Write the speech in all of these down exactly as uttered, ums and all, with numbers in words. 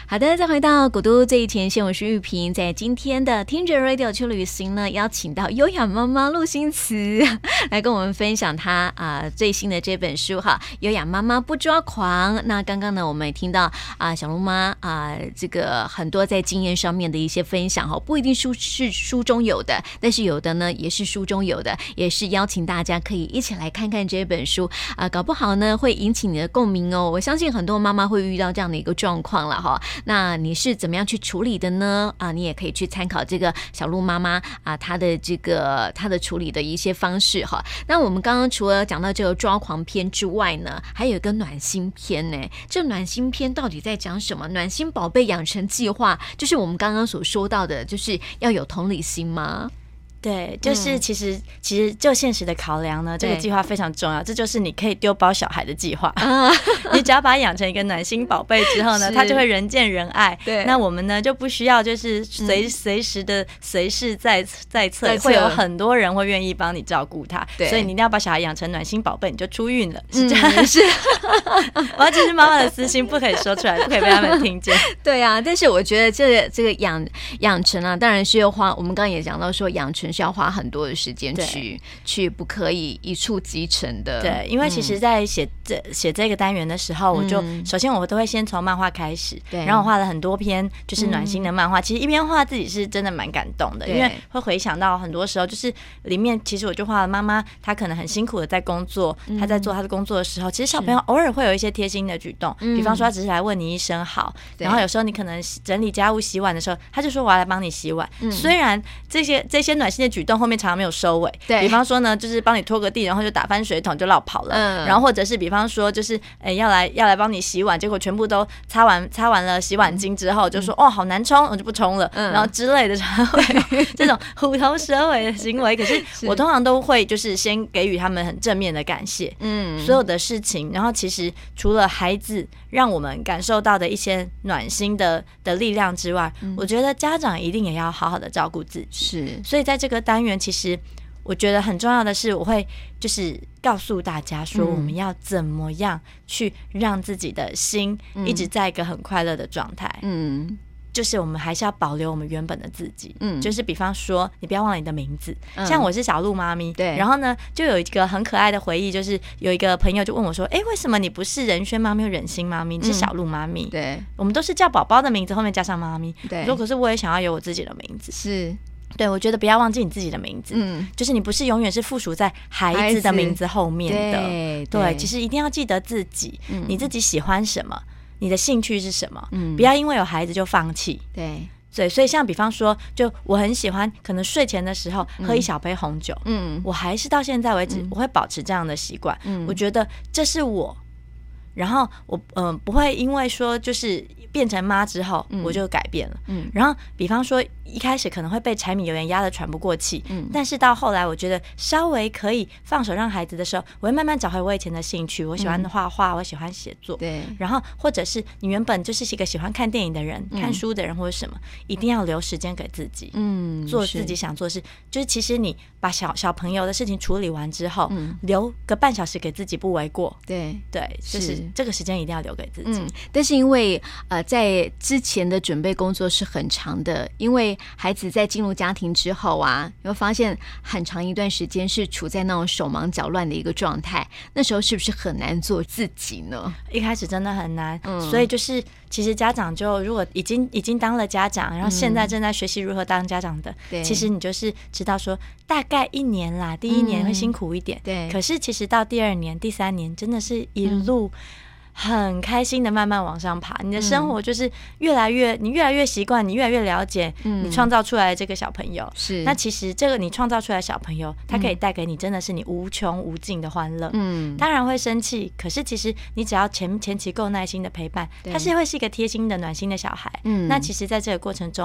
好的，再回到古都这一前线，我是玉萍。在今天的听着 Radio 去旅行呢，邀请到优雅妈妈陆星慈来跟我们分享她啊、呃、最新的这本书哈，优雅妈妈不抓狂。那刚刚呢，我们也听到啊、呃、小鹿妈啊、呃、这个很多在经验上面的一些分享哈，不一定书是书中有的，但是有的呢也是书中有的，也是邀请大家可以一起来看看这本书啊、呃，搞不好呢会引起你的共鸣哦。我相信很多妈妈会遇到这样的一个状况了哈。那你是怎么样去处理的呢？啊，你也可以去参考这个小鹿妈妈啊，她的这个她的处理的一些方式哈。那我们刚刚除了讲到这个抓狂篇之外呢，还有一个暖心篇呢。这暖心篇到底在讲什么？暖心宝贝养成计划，就是我们刚刚所说到的，就是要有同理心吗？ 对，就是其实、嗯、其实就现实的考量呢，这个计划非常重要，这就是你可以丢包小孩的计划。你只要把它养成一个暖心宝贝之后呢，他就会人见人爱。对，那我们呢就不需要就是随随、嗯、时的随时在在侧，会有很多人会愿意帮你照顾他。对，所以你一定要把小孩养成暖心宝贝，你就出运了。是这样，嗯、是。我要这是妈妈的私心，不可以说出来，不可以被他们听见。对啊，但是我觉得这个这个养养成啊，当然是要花。我们刚刚也讲到说，养成是要花很多的时间去去，不可以一触即成的。对，因为其实在写这写这个单元的时候，我就、嗯、首先我都会先从漫画开始，对，然后我画了很多篇就是暖心的漫画、嗯、其实一边画自己是真的蛮感动的，因为会回想到很多时候就是里面其实我就画了妈妈她可能很辛苦的在工作，她、嗯、在做她的工作的时候，其实小朋友偶尔会有一些贴心的举动，比方说他只是来问你一声好、嗯、然后有时候你可能整理家务洗碗的时候，他就说我要来帮你洗碗、嗯、虽然这些这些暖心的举动后面常常没有收尾，对，比方说呢就是帮你拖个地然后就打翻水桶就落跑了、嗯、然后或者是比方说就是哎、欸、要来要来帮你洗碗，结果全部都擦完擦完了洗碗巾之后就说、嗯、哦好难冲，我就不冲了、嗯、然后之类的才会有这种虎头蛇尾的行为可是我通常都会就是先给予他们很正面的感谢，嗯，所有的事情，然后其实除了孩子让我们感受到的一些暖心的的力量之外、嗯、我觉得家长一定也要好好的照顾自己，是，所以在这个单元其实我觉得很重要的是我会就是告诉大家说我们要怎么样去让自己的心一直在一个很快乐的状态，嗯，就是我们还是要保留我们原本的自己，嗯，就是比方说你不要忘了你的名字、嗯、像我是小鹿妈咪，对，然后呢就有一个很可爱的回忆，就是有一个朋友就问我说哎、欸，为什么你不是仁轩妈咪忍心妈咪，你是小鹿妈咪、嗯、对，我们都是叫宝宝的名字后面加上妈咪，对，我说可是我也想要有我自己的名字，是，对，我觉得不要忘记你自己的名字，嗯，就是你不是永远是附属在孩子的名字后面的，对， 对， 对，其实一定要记得自己、嗯、你自己喜欢什么，你的兴趣是什么、嗯、不要因为有孩子就放弃，对对，所以像比方说就我很喜欢可能睡前的时候喝一小杯红酒，嗯，我还是到现在为止、嗯、我会保持这样的习惯、嗯、我觉得这是我，然后我嗯、呃、不会因为说就是变成妈之后我就改变了，嗯，然后比方说一开始可能会被柴米油盐压得喘不过气，嗯，但是到后来我觉得稍微可以放手让孩子的时候，我会慢慢找回我以前的兴趣，我喜欢画画、嗯、我喜欢写作，对，然后或者是你原本就是一个喜欢看电影的人、嗯、看书的人或者什么，一定要留时间给自己，嗯，做自己想做的事，就是其实你把小小朋友的事情处理完之后、嗯、留个半小时给自己不为过，对对，就是这个时间一定要留给自己，嗯，但是因为呃在之前的准备工作是很长的，因为孩子在进入家庭之后啊，你会发现很长一段时间是处在那种手忙脚乱的一个状态，那时候是不是很难做自己呢？一开始真的很难、嗯、所以就是其实家长就如果已经已经当了家长，然后现在正在学习如何当家长的、嗯、其实你就是知道说大概一年啦，第一年会辛苦一点、嗯、对，可是其实到第二年第三年真的是一路、嗯很开心的慢慢往上爬，你的生活就是越来越、嗯、你越来越习惯，你越来越了解你创造出来的这个小朋友、嗯、是，那其实这个你创造出来的小朋友他可以带给你真的是你无穷无尽的欢乐，嗯，当然会生气，可是其实你只要前前期够耐心的陪伴，他是会是一个贴心的暖心的小孩，嗯，那其实在这个过程中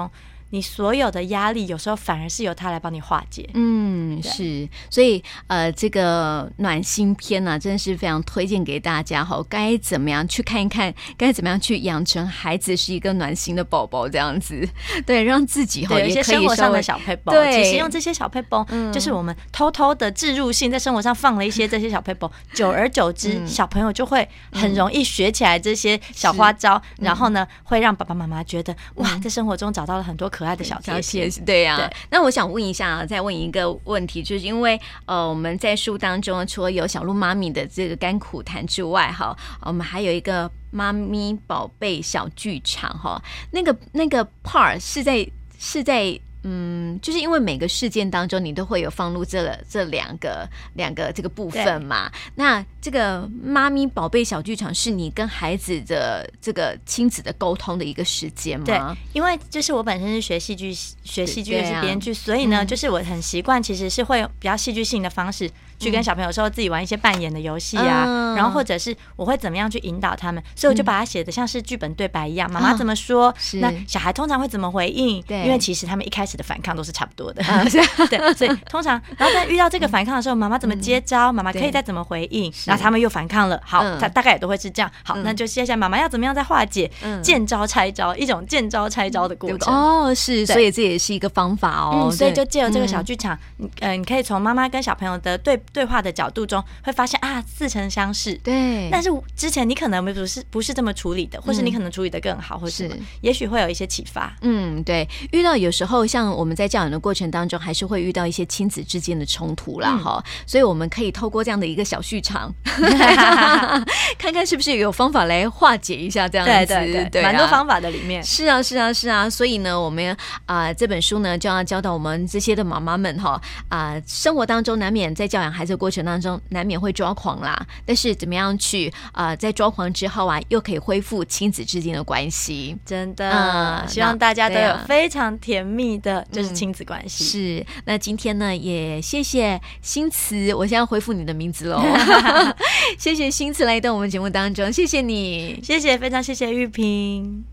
你所有的压力有时候反而是由他来帮你化解。 嗯，是，所以呃，这个暖心篇呢、啊，真的是非常推荐给大家哈，该怎么样去看一看，该怎么样去养成孩子是一个暖心的宝宝这样子，对，让自己哈也可以有一些生活上的小撇步，其实用这些小撇步、嗯，就是我们偷偷的置入性在生活上放了一些这些小撇步，久而久之、嗯，小朋友就会很容易学起来这些小花招，嗯、然后呢，会让爸爸妈妈觉得、嗯、哇，在生活中找到了很多可爱的小贴心。 对呀、啊，那我想问一下啊，再问一个问题，就是因为呃，我们在书当中除了有小鹿妈咪的这个甘苦谈之外，哈，我们还有一个妈咪宝贝小剧场哈，那个那个 part 是在是在。嗯，就是因为每个事件当中，你都会有放入这这两个两个这个部分嘛。那这个妈咪宝贝小剧场是你跟孩子的这个亲子的沟通的一个时间吗？ 对，因为就是我本身是学戏剧，学戏剧又是编剧、啊，所以呢、嗯，就是我很习惯，其实是会比较戏剧性的方式去跟小朋友说自己玩一些扮演的游戏啊、嗯，然后或者是我会怎么样去引导他们，所以我就把它写的像是剧本对白一样，妈、嗯、妈怎么说、哦，那小孩通常会怎么回应？对，因为其实他们一开始的反抗都是差不多的，嗯、对，所以通常，然后在遇到这个反抗的时候，妈妈怎么接招？妈妈可以再怎么回应？然后他们又反抗了，好，他、嗯、大概也都会是这样。好，嗯、那就接下来妈妈要怎么样再化解？嗯、见招拆招，一种见招拆招的过程。 哦，是，所以这也是一个方法哦。 嗯、所以就借由这个小剧场，嗯、呃，你可以从妈妈跟小朋友的对对话的角度中，会发现啊，似曾相识。 对， 但是之前你可能不是不是这么处理的，或是你可能处理的更好，或是也许会有一些启发。 嗯，对，遇到有时候像我们在教养的过程当中，还是会遇到一些亲子之间的冲突啦，哈、嗯，所以我们可以透过这样的一个小剧场，看看是不是有方法来化解一下这样子。 对对对，对、啊，蛮多方法的里面。 是啊，是啊，是啊。所以呢，我们啊、呃、这本书呢，就要教导我们这些的妈妈们哈啊、呃，生活当中难免在教养孩子的过程当中，难免会抓狂啦。但是怎么样去啊、呃，在抓狂之后啊，又可以恢复亲子之间的关系？ 真的，嗯，希望大家都有非常甜蜜的，就是亲子关系。 嗯、是。那今天呢，也谢谢新慈，我现在恢复你的名字喽。谢谢新慈来到我们节目当中，谢谢你， 谢谢，非常谢谢玉萍。